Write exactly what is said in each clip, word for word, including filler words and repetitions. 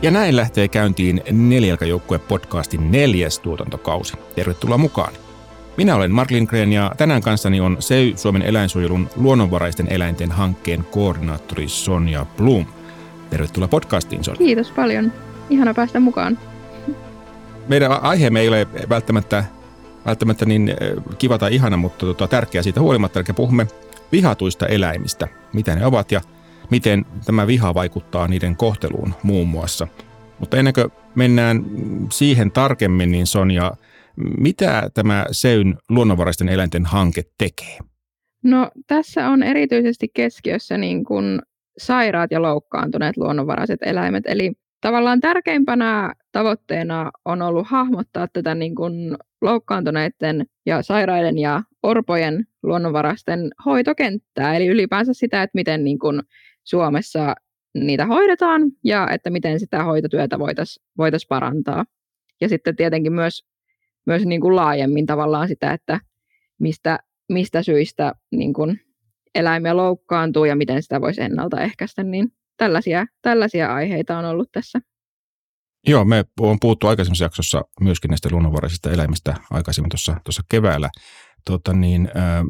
Ja näin lähtee käyntiin Nelijalkajoukkue podcastin neljäs tuotantokausi. Tervetuloa mukaan. Minä olen Mark Lindgren ja tänään kanssani on S E Y Suomen eläinsuojelun luonnonvaraisten eläinten hankkeen koordinaattori Sonja Blom. Tervetuloa podcastiin, Sonja. Kiitos paljon. Ihana päästä mukaan. Meidän aiheemme ei ole välttämättä, välttämättä niin kiva tai ihana, mutta tota, tärkeä siitä huolimatta. Eli puhumme vihatuista eläimistä, mitä ne ovat ja miten tämä viha vaikuttaa niiden kohteluun muun muassa. Mutta ennen kuin mennään siihen tarkemmin, niin Sonja, mitä tämä S E Y:n luonnonvaraisten eläinten hanke tekee? No tässä on erityisesti keskiössä niin kuin sairaat ja loukkaantuneet luonnonvaraiset eläimet. Eli tavallaan tärkeimpänä tavoitteena on ollut hahmottaa tätä niin kuin loukkaantuneiden ja sairaiden ja orpojen luonnonvaraisten hoitokenttää. Eli ylipäänsä sitä, että miten niin kuin Suomessa niitä hoidetaan ja että miten sitä hoitotyötä voitaisiin voitais parantaa. Ja sitten tietenkin myös, myös niin kuin laajemmin tavallaan sitä, että mistä, mistä syistä niin kuin eläimiä loukkaantuu ja miten sitä voisi ennaltaehkäistä. Niin tällaisia, tällaisia aiheita on ollut tässä. Joo, me on puhuttu aikaisemmassa jaksossa myöskin näistä luonnonvaraisista eläimistä aikaisemmin tuossa, tuossa keväällä. Tota niin, äh,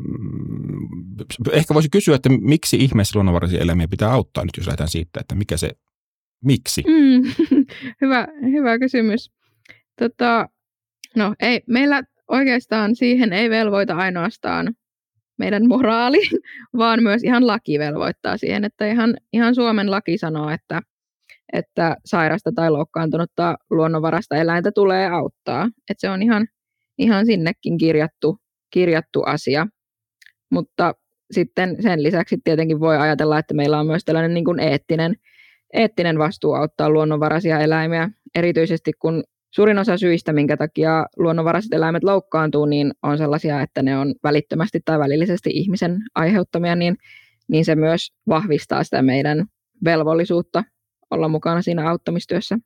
ehkä voisi kysyä, että miksi ihmeessä luonnonvaraisia eläimiä pitää auttaa nyt, jos lähdetään siitä, että mikä se, miksi? Mm, hyvä, hyvä kysymys. Tota, no ei, meillä oikeastaan siihen ei velvoita ainoastaan meidän moraali, vaan myös ihan laki velvoittaa siihen, että ihan, ihan Suomen laki sanoo, että, että sairasta tai loukkaantunutta luonnonvarasta eläintä tulee auttaa. Että se on ihan, ihan sinnekin kirjattu, kirjattu asia. Mutta sitten sen lisäksi tietenkin voi ajatella, että meillä on myös tällainen niin kuin eettinen, eettinen vastuu auttaa luonnonvaraisia eläimiä, erityisesti kun suurin osa syistä, minkä takia luonnonvaraiset eläimet loukkaantuu, niin on sellaisia, että ne on välittömästi tai välillisesti ihmisen aiheuttamia, niin, niin se myös vahvistaa sitä meidän velvollisuutta olla mukana siinä auttamistyössä.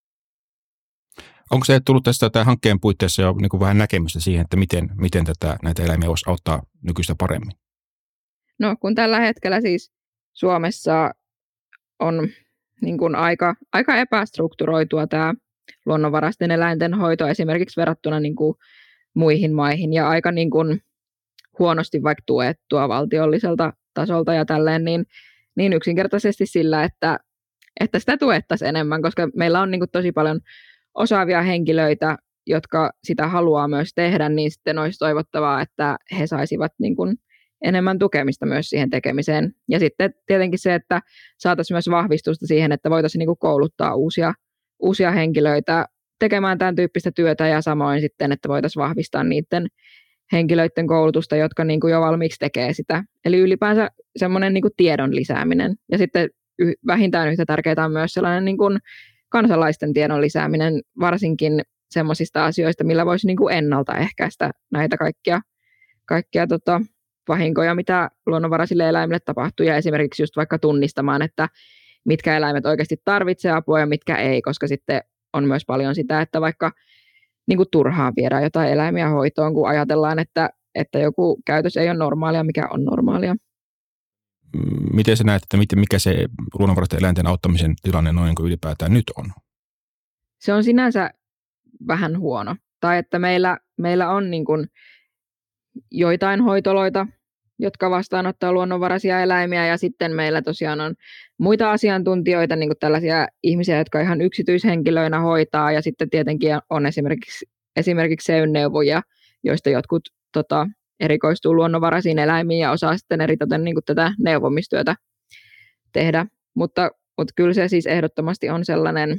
Onko se tullut tästä tämän hankkeen puitteissa jo niin kuin vähän näkemystä siihen, että miten, miten tätä, näitä eläimiä voisi auttaa nykyistä paremmin? No kun tällä hetkellä siis Suomessa on niin kuin aika, aika epästrukturoitua tämä luonnonvaraisten eläinten hoito esimerkiksi verrattuna niin kuin muihin maihin ja aika niin kuin huonosti vaikka tuettua valtiolliselta tasolta ja tälleen, niin, niin yksinkertaisesti sillä, että, että sitä tuettaisiin enemmän, koska meillä on niin kuin tosi paljon osaavia henkilöitä, jotka sitä haluaa myös tehdä, niin sitten olisi toivottavaa, että he saisivat niin kuin enemmän tukemista myös siihen tekemiseen. Ja sitten tietenkin se, että saataisiin myös vahvistusta siihen, että voitaisiin niin kuin kouluttaa uusia, uusia henkilöitä tekemään tämän tyyppistä työtä ja samoin sitten, että voitaisiin vahvistaa niiden henkilöiden koulutusta, jotka niin kuin jo valmiiksi tekee sitä. Eli ylipäänsä semmoinen niin kuin tiedon lisääminen. Ja sitten vähintään yhtä tärkeää on myös sellainen niin kuin kansalaisten tiedon lisääminen, varsinkin semmoisista asioista, millä voisi niin kuin ennaltaehkäistä näitä kaikkia, kaikkia tota, vahinkoja, mitä luonnonvaraisille eläimille tapahtuu, ja esimerkiksi just vaikka tunnistamaan, että mitkä eläimet oikeasti tarvitsee apua ja mitkä ei, koska sitten on myös paljon sitä, että vaikka niin kuin turhaan viedään jotain eläimiä hoitoon, kun ajatellaan, että, että joku käytös ei ole normaalia, mikä on normaalia. Miten sä näet, että mikä se luonnonvaraisten eläinten auttamisen tilanne noin kuin ylipäätään nyt on? Se on sinänsä vähän huono. Tai että meillä, meillä on niin kuin joitain hoitoloita, jotka vastaanottaa luonnonvaraisia eläimiä, ja sitten meillä tosiaan on muita asiantuntijoita, niin kuin tällaisia ihmisiä, jotka ihan yksityishenkilöinä hoitaa, ja sitten tietenkin on esimerkiksi, esimerkiksi S E Y:n neuvojia, joista jotkut tota, erikoistuu luonnonvaraisiin eläimiin ja osaa sitten eritoten niin kuin tätä neuvomistyötä tehdä. Mutta, mutta kyllä se siis ehdottomasti on sellainen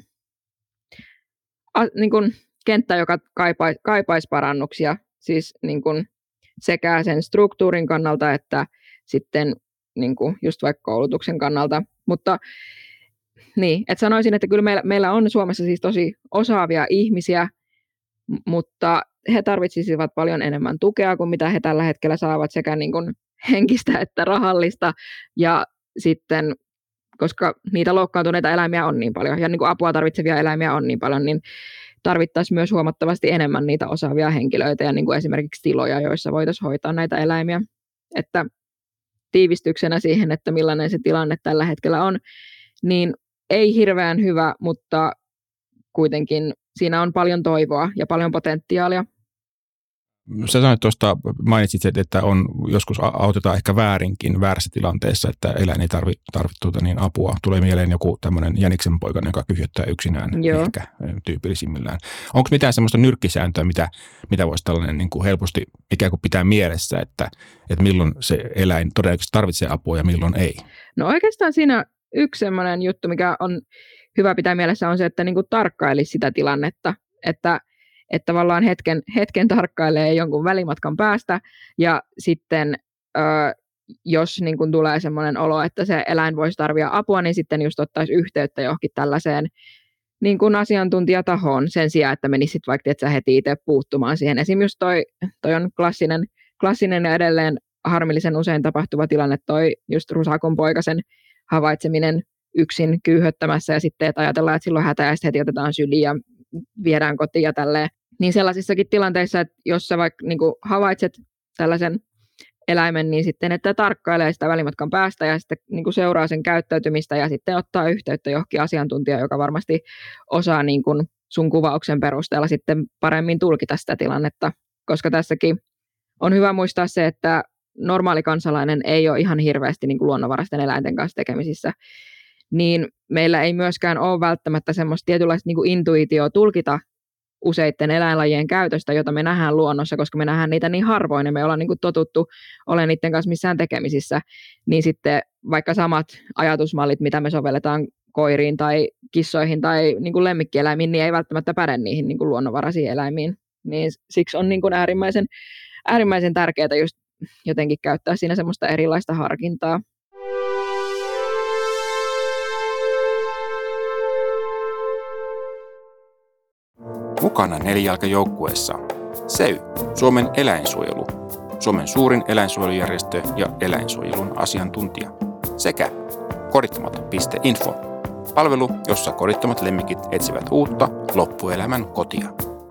a, niin kuin kenttä, joka kaipaisi, kaipaisi parannuksia, siis niin kuin sekä sen struktuurin kannalta että sitten niin kuin just vaikka koulutuksen kannalta. Mutta niin, että sanoisin, että kyllä meillä, meillä on Suomessa siis tosi osaavia ihmisiä, mutta he tarvitsisivat paljon enemmän tukea kuin mitä he tällä hetkellä saavat sekä niin kuin henkistä että rahallista. Ja sitten, koska niitä loukkaantuneita eläimiä on niin paljon ja niin kuin apua tarvitsevia eläimiä on niin paljon, niin tarvittaisiin myös huomattavasti enemmän niitä osaavia henkilöitä ja niin kuin esimerkiksi tiloja, joissa voitaisiin hoitaa näitä eläimiä. Että tiivistyksenä siihen, että millainen se tilanne tällä hetkellä on, niin ei hirveän hyvä, mutta kuitenkin siinä on paljon toivoa ja paljon potentiaalia. Sä sanoit tuosta, mainitsit, että on joskus autetaan ehkä väärinkin väärässä tilanteessa, että eläin ei tarvitse tarvi, tuota, niin apua. Tulee mieleen joku tämmöinen jäniksen poikainen, joka kyhjöttää yksinään. Joo. Ehkä tyypillisimmillään. Onko mitään semmoista nyrkkisääntöä, mitä, mitä voisi tällainen niin kuin helposti ikään kuin pitää mielessä, että, että milloin se eläin todennäköisesti tarvitsee apua ja milloin ei? No oikeastaan siinä yksi semmoinen juttu, mikä on hyvä pitää mielessä, on se, että niin kuin tarkkailisi sitä tilannetta, että että tavallaan hetken, hetken tarkkailee jonkun välimatkan päästä ja sitten ö, jos niin kun tulee semmoinen olo, että se eläin voisi tarvita apua, niin sitten just ottaisi yhteyttä johonkin tällaiseen niin kun asiantuntijatahoon sen sijaan, että menisit vaikka et sä heti itse puuttumaan siihen. Esimerkiksi toi, toi on klassinen, klassinen ja edelleen harmillisen usein tapahtuva tilanne, toi just rusakon poikasen havaitseminen yksin kyyhöttämässä ja sitten, että ajatellaan, että silloin hätä ja sitten heti otetaan syliin ja viedään kotiin ja tälleen. Niin sellaisissakin tilanteissa, että jos sä vaikka niin kuin havaitset tällaisen eläimen, niin sitten, että tarkkailee sitä välimatkan päästä ja sitten niin kuin seuraa sen käyttäytymistä ja sitten ottaa yhteyttä johonkin asiantuntijaan, joka varmasti osaa niin kuin sun kuvauksen perusteella sitten paremmin tulkita sitä tilannetta. Koska tässäkin on hyvä muistaa se, että normaali kansalainen ei ole ihan hirveästi niin kuin luonnonvaraisten eläinten kanssa tekemisissä. Niin meillä ei myöskään ole välttämättä semmoista tietynlaista niin kuin intuitioa tulkita useiden eläinlajien käytöstä, jota me nähdään luonnossa, koska me nähdään niitä niin harvoin ja me ollaan niin kuin totuttu olemaan niiden kanssa missään tekemisissä, niin sitten vaikka samat ajatusmallit, mitä me sovelletaan koiriin tai kissoihin tai niin kuin lemmikkieläimiin, niin ei välttämättä päde niihin niin kuin luonnonvaraisiin eläimiin. Niin siksi on niin kuin äärimmäisen, äärimmäisen tärkeää just jotenkin käyttää siinä semmoista erilaista harkintaa. Mukana nelijalkajoukkueessa S E Y, Suomen eläinsuojelu, Suomen suurin eläinsuojelujärjestö ja eläinsuojelun asiantuntija, sekä kodittomat piste info, palvelu, jossa kodittomat lemmikit etsivät uutta loppuelämän kotia.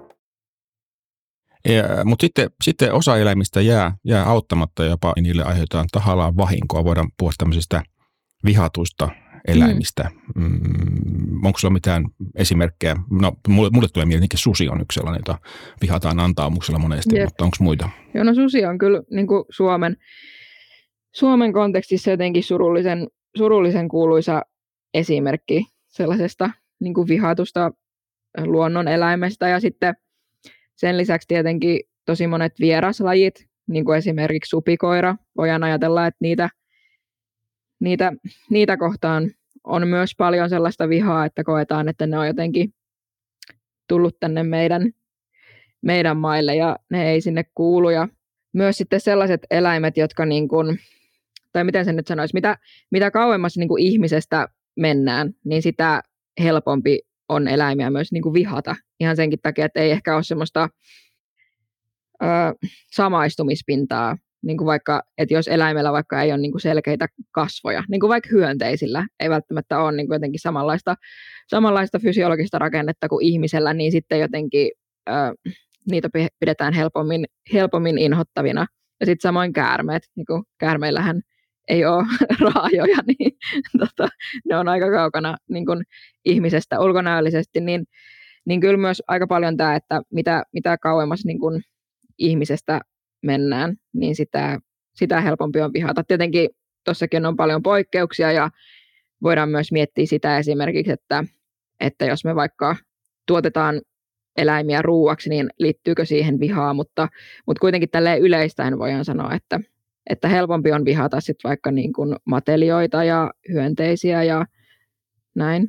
Mutta sitten, sitten osa eläimistä jää, jää auttamatta ja jopa niille aiheutetaan tahallaan vahinkoa. Voidaan puhua tämmöisistä vihatuista eläimistä. Mm. Mm, onko sulla mitään esimerkkejä? No, mulle, mulle tulee mieleen, että susi on yksi sellainen, jota vihataan antaumuksella monesti, Jep. mutta onko muita? Joo, no susi on kyllä niin kuin Suomen, Suomen kontekstissa jotenkin surullisen, surullisen kuuluisa esimerkki sellaisesta niin kuin vihatusta luonnon eläimestä. Ja sitten sen lisäksi tietenkin tosi monet vieraslajit, niin kuin esimerkiksi supikoira. Voidaan ajatella, että niitä, niitä, niitä kohtaan on myös paljon sellaista vihaa, että koetaan, että ne on jotenkin tullut tänne meidän, meidän maille ja ne ei sinne kuulu. Ja myös sitten sellaiset eläimet, jotka niin kuin, tai miten sen nyt sanoisi, mitä, mitä kauemmas niin kuin ihmisestä mennään, niin sitä helpompi on eläimiä myös niin kuin vihata. Ihan senkin takia, että ei ehkä ole semmoista ö, samaistumispintaa. Niin kuin vaikka, että jos eläimellä vaikka ei ole niin kuin selkeitä kasvoja, niin kuin vaikka hyönteisillä ei välttämättä ole niin kuin jotenkin samanlaista, samanlaista fysiologista rakennetta kuin ihmisellä, niin sitten jotenkin ö, niitä pidetään helpommin, helpommin inhottavina. Ja sitten samoin käärmeet, niin kuin käärmeillähän ei ole raajoja, niin tota, ne on aika kaukana niin kuin ihmisestä ulkonäöllisesti, niin, niin kyllä myös aika paljon tämä, että mitä, mitä kauemmas niin kuin ihmisestä mennään, niin sitä, sitä helpompi on vihata. Tietenkin tuossakin on paljon poikkeuksia ja voidaan myös miettiä sitä esimerkiksi, että, että jos me vaikka tuotetaan eläimiä ruuaksi, niin liittyykö siihen vihaa, mutta, mutta kuitenkin tälleen yleistäen voidaan sanoa, että, että helpompi on vihata sit vaikka niin kuin matelioita ja hyönteisiä ja näin.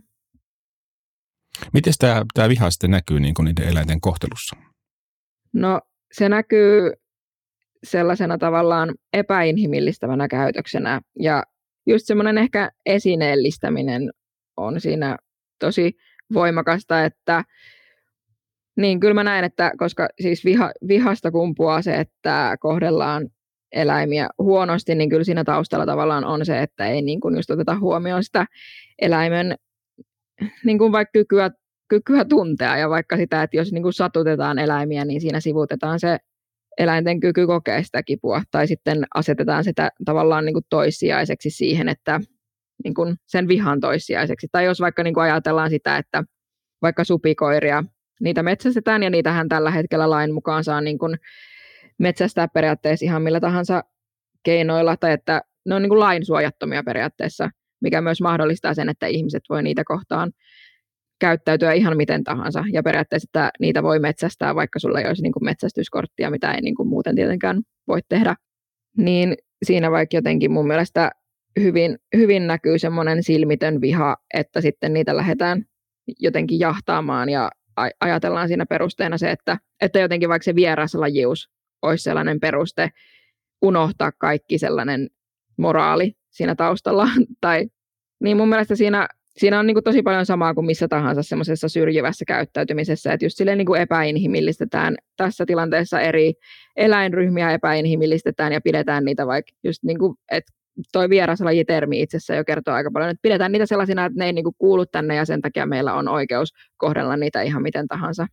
Miten tämä, tämä viha sitten näkyy niin kuin niiden eläinten kohtelussa? No se näkyy sellaisena tavallaan epäinhimillistävänä käytöksenä ja just semmoinen ehkä esineellistäminen on siinä tosi voimakasta, että niin kyllä mä näen, että koska siis viha, vihasta kumpuaa se, että kohdellaan eläimiä huonosti, niin kyllä siinä taustalla tavallaan on se, että ei niin kuin just oteta huomioon sitä eläimen niin kuin vaikka kykyä, kykyä tuntea ja vaikka sitä, että jos niin kuin satutetaan eläimiä, niin siinä sivutetaan se eläinten kyky kokea sitä kipua tai sitten asetetaan sitä tavallaan niin kuin toissijaiseksi siihen, että niin kuin sen vihan toissijaiseksi. Tai jos vaikka niin kuin ajatellaan sitä, että vaikka supikoiria. Niitä metsästetään ja niitähän tällä hetkellä lain mukaan saa niin kuin metsästää periaatteessa ihan millä tahansa keinoilla, tai että ne on niin kuin lain suojattomia periaatteessa, mikä myös mahdollistaa sen, että ihmiset voi niitä kohtaan käyttäytyä ihan miten tahansa. Ja periaatteessa, että niitä voi metsästää, vaikka sulla ei olisi niin kuin metsästyskorttia, mitä ei niin kuin muuten tietenkään voi tehdä. Niin siinä vaikka jotenkin mun mielestä hyvin, hyvin näkyy semmoinen silmitön viha, että sitten niitä lähdetään jotenkin jahtaamaan ja ajatellaan siinä perusteena se, että, että jotenkin vaikka se vieraslajius olisi sellainen peruste unohtaa kaikki sellainen moraali siinä taustalla. Tai, niin mun mielestä siinä, siinä on niin kuin tosi paljon samaa kuin missä tahansa semmoisessa syrjivässä käyttäytymisessä, että just silleen niin kuin epäinhimillistetään tässä tilanteessa eri eläinryhmiä, epäinhimillistetään ja pidetään niitä vaikka just niin kuin, että toi vieraslajitermi itsessään jo kertoo aika paljon, että pidetään niitä sellaisina, että ne ei niin kuin kuulu tänne ja sen takia meillä on oikeus kohdella niitä ihan miten tahansa.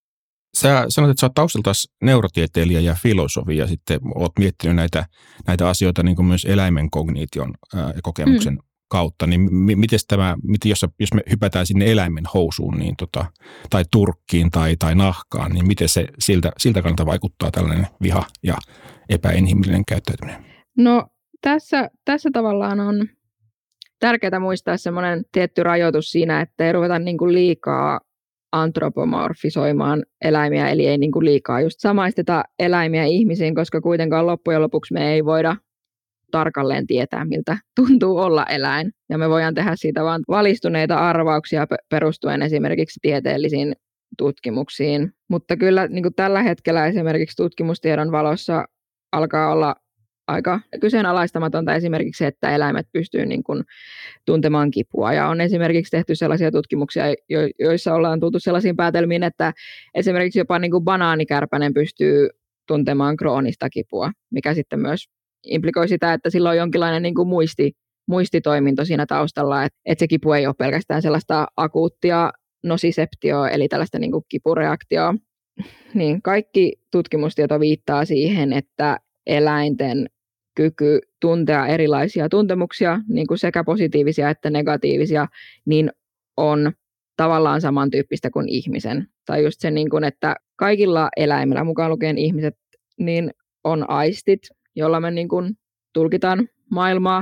Sä sanot, että sä oot taustaltasi neurotieteilijä ja filosofi ja sitten oot miettinyt näitä, näitä asioita niin kuin myös eläimen kognition ja kokemuksen mm. kautta. Niin m- miten tämä, miten jos, jos me hypätään sinne eläimen housuun niin tota, tai turkkiin tai, tai nahkaan, niin miten se siltä, siltä kannalta vaikuttaa tällainen viha ja epäinhimillinen käyttäytyminen? No tässä, tässä tavallaan on tärkeää muistaa semmoinen tietty rajoitus siinä, että ei ruveta niin kuin liikaa antropomorfisoimaan eläimiä, eli ei niin kuin liikaa just samaisteta eläimiä ihmisiin, koska kuitenkaan loppujen lopuksi me ei voida tarkalleen tietää, miltä tuntuu olla eläin. Ja me voidaan tehdä siitä vain valistuneita arvauksia perustuen esimerkiksi tieteellisiin tutkimuksiin. Mutta kyllä niin kuin tällä hetkellä esimerkiksi tutkimustiedon valossa alkaa olla aika kyseenalaistamatonta esimerkiksi, että eläimet pystyy niin kuin tuntemaan kipua. Ja on esimerkiksi tehty sellaisia tutkimuksia, joissa ollaan tultu sellaisiin päätelmiin, että esimerkiksi jopa niin kuin banaanikärpänen pystyy tuntemaan kroonista kipua, mikä sitten myös implikoi sitä, että sillä on jonkinlainen niin kuin muisti, muistitoiminto siinä taustalla, että, että se kipu ei ole pelkästään sellaista akuuttia nosiseptioa, eli tällaista niin kuin kipureaktioa. Niin kaikki tutkimustieto viittaa siihen, että eläinten kyky tuntea erilaisia tuntemuksia, niin kuin sekä positiivisia että negatiivisia, niin on tavallaan samantyyppistä kuin ihmisen. Tai just se, niin kuin, että kaikilla eläimillä, mukaan lukien ihmiset, niin on aistit, jolla me niin kuin tulkitaan maailmaa,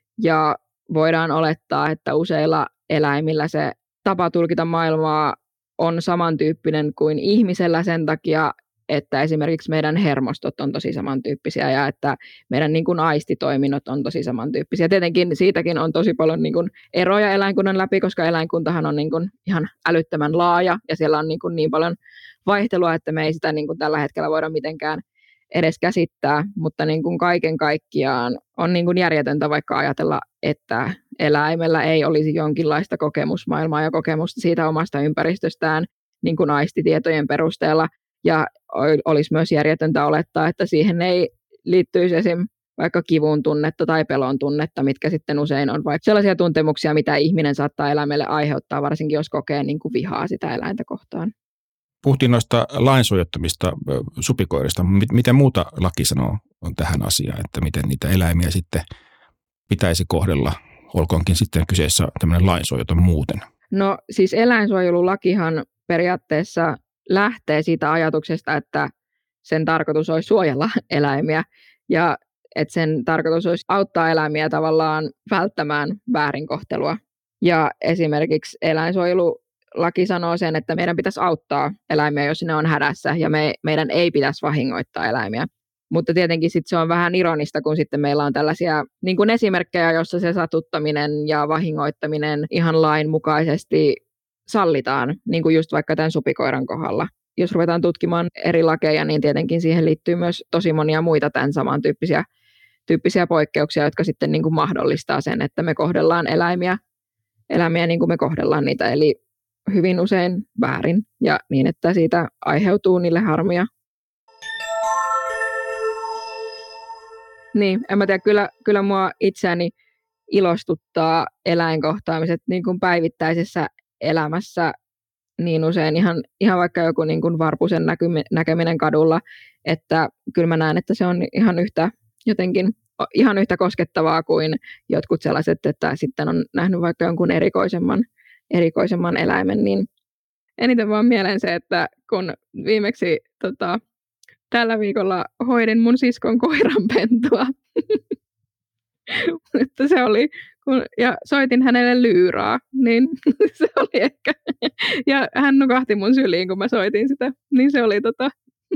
ja voidaan olettaa, että useilla eläimillä se tapa tulkita maailmaa on samantyyppinen kuin ihmisellä sen takia, että esimerkiksi meidän hermostot on tosi samantyyppisiä ja että meidän niin kuin aistitoiminnot on tosi samantyyppisiä. Tietenkin siitäkin on tosi paljon niin kuin eroja eläinkunnan läpi, koska eläinkuntahan on niin kuin ihan älyttömän laaja ja siellä on niin kuin niin paljon vaihtelua, että me ei sitä niin kuin tällä hetkellä voida mitenkään edes käsittää, mutta niin kuin kaiken kaikkiaan on niin kuin järjetöntä vaikka ajatella, että eläimellä ei olisi jonkinlaista kokemusmaailmaa ja kokemusta siitä omasta ympäristöstään niin kuin aistitietojen perusteella. Ja olisi myös järjetöntä olettaa, että siihen ei liittyisi esim. Vaikka kivun tunnetta tai pelon tunnetta, mitkä sitten usein on vaikka sellaisia tuntemuksia, mitä ihminen saattaa eläimelle aiheuttaa, varsinkin jos kokee niin kuin vihaa sitä eläintä kohtaan. Puhuttiin noista lainsuojattomista supikoirista. Mitä muuta laki sanoo on tähän asiaan, että miten niitä eläimiä sitten pitäisi kohdella, olkoonkin sitten kyseessä tämmöinen lainsuojaton muuten? No siis eläinsuojelulakihan periaatteessa lähtee siitä ajatuksesta, että sen tarkoitus olisi suojella eläimiä ja että sen tarkoitus olisi auttaa eläimiä tavallaan välttämään väärinkohtelua. Ja esimerkiksi eläinsuojelulaki sanoo sen, että meidän pitäisi auttaa eläimiä, jos ne on hädässä ja me, meidän ei pitäisi vahingoittaa eläimiä. Mutta tietenkin sit se on vähän ironista, kun sitten meillä on tällaisia niin kuin esimerkkejä, jossa se satuttaminen ja vahingoittaminen ihan lainmukaisesti sallitaan, niin kuin just vaikka tämän supikoiran kohdalla. Jos ruvetaan tutkimaan eri lakeja, niin tietenkin siihen liittyy myös tosi monia muita tämän samantyyppisiä tyyppisiä poikkeuksia, jotka sitten niin kuin mahdollistaa sen, että me kohdellaan eläimiä, eläimiä niin kuin me kohdellaan niitä, eli hyvin usein väärin ja niin, että siitä aiheutuu niille harmia. Niin, en mä tiedä, kyllä, kyllä mua itseäni ilostuttaa eläinkohtaamiset niin kuin päivittäisessä elämässä niin usein ihan, ihan vaikka joku niin kuin varpusen näkeminen kadulla, että kyllä mä näen, että se on ihan yhtä jotenkin ihan yhtä koskettavaa kuin jotkut sellaiset, että sitten on nähnyt vaikka jonkun erikoisemman, erikoisemman eläimen, niin eniten vaan mieleen se, että kun viimeksi tota, tällä viikolla hoidin mun siskon koiranpentua. Että se oli, kun, ja soitin hänelle lyyraa, niin se oli ehkä, ja hän nukahti mun syliin, kun mä soitin sitä, niin se oli, tota,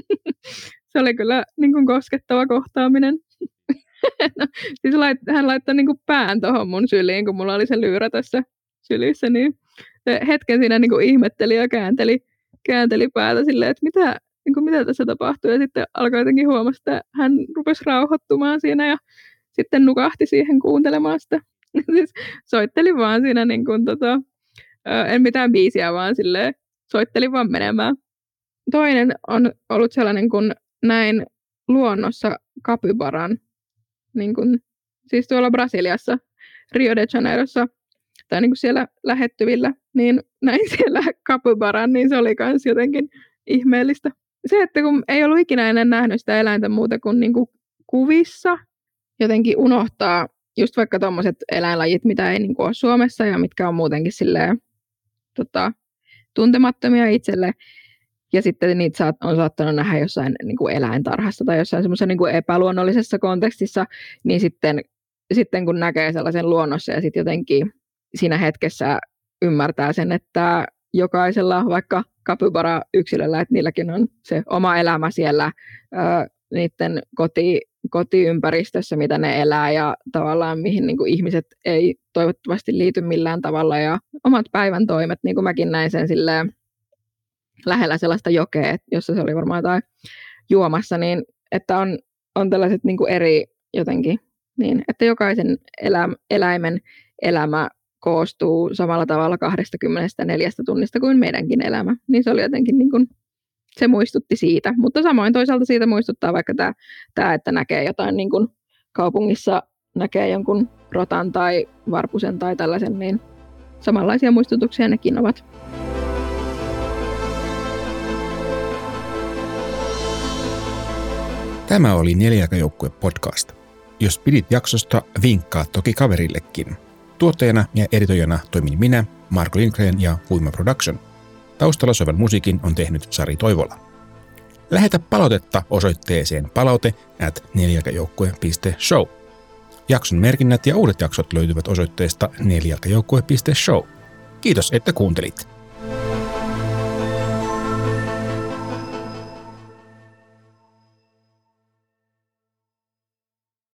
se oli kyllä niin kuin koskettava kohtaaminen. No, siis lait, hän laittoi niin kuin pään tuohon mun syliin, kun mulla oli se lyyrä tässä sylissä, niin se hetken siinä niin kuin ihmetteli ja käänteli, käänteli päätä silleen, että mitä, niin kuin, mitä tässä tapahtuu, ja sitten alkoi jotenkin huomata, että hän rupesi rauhoittumaan siinä, ja sitten nukahti siihen kuuntelemaan sitä. Siis soittelin vaan siinä, niin kuin, tota, en mitään biisiä, vaan silleen, soittelin vaan menemään. Toinen on ollut sellainen, kun näin luonnossa kapibaran, niin kuin, siis tuolla Brasiliassa, Rio de Janeirossa, tai niin kuin siellä lähettyvillä, niin näin siellä kapibaran, niin se oli myös jotenkin ihmeellistä. Se, että kun ei ollut ikinä ennen nähnyt sitä eläintä muuta kuin, niin kuin kuvissa, jotenkin unohtaa just vaikka tuommoiset eläinlajit, mitä ei niin kuin ole Suomessa ja mitkä on muutenkin silleen, tota, tuntemattomia itselle. Ja sitten niitä on saattanut nähdä jossain niin kuin eläintarhassa tai jossain semmoisessa niin kuin epäluonnollisessa kontekstissa, niin sitten, sitten kun näkee sellaisen luonnossa ja sitten jotenkin siinä hetkessä ymmärtää sen, että jokaisella vaikka kapybara-yksilöllä, että niilläkin on se oma elämä siellä ää, niiden koti, kotiympäristössä, mitä ne elää ja tavallaan mihin niin kuin ihmiset ei toivottavasti liity millään tavalla ja omat päivän toimet, niin kuin mäkin näin sen silleen lähellä sellaista jokea, jossa se oli varmaan jotain juomassa, niin että on, on tällaiset niin kuin eri jotenkin, niin että jokaisen elä, eläimen elämä koostuu samalla tavalla kaksikymmentäneljä tunnista kuin meidänkin elämä. Niin se oli jotenkin niin kuin, se muistutti siitä. Mutta samoin toisaalta siitä muistuttaa vaikka tämä, tämä että näkee jotain niin kuin kaupungissa, näkee jonkun rotan tai varpusen tai tällaisen, niin samanlaisia muistutuksia nekin ovat. Tämä oli Nelijalkajoukkue podcast. Jos pidit jaksosta, vinkkaa toki kaverillekin. Tuottajana ja editoijana toimin minä, Marko Lindgren ja Huima Production. Taustalla soivan musiikin on tehnyt Sari Toivola. Lähetä palautetta osoitteeseen palaute at nelijalkajoukkue piste show. Jakson merkinnät ja uudet jaksot löytyvät osoitteesta nelijalkajoukkue piste show. Kiitos, että kuuntelit.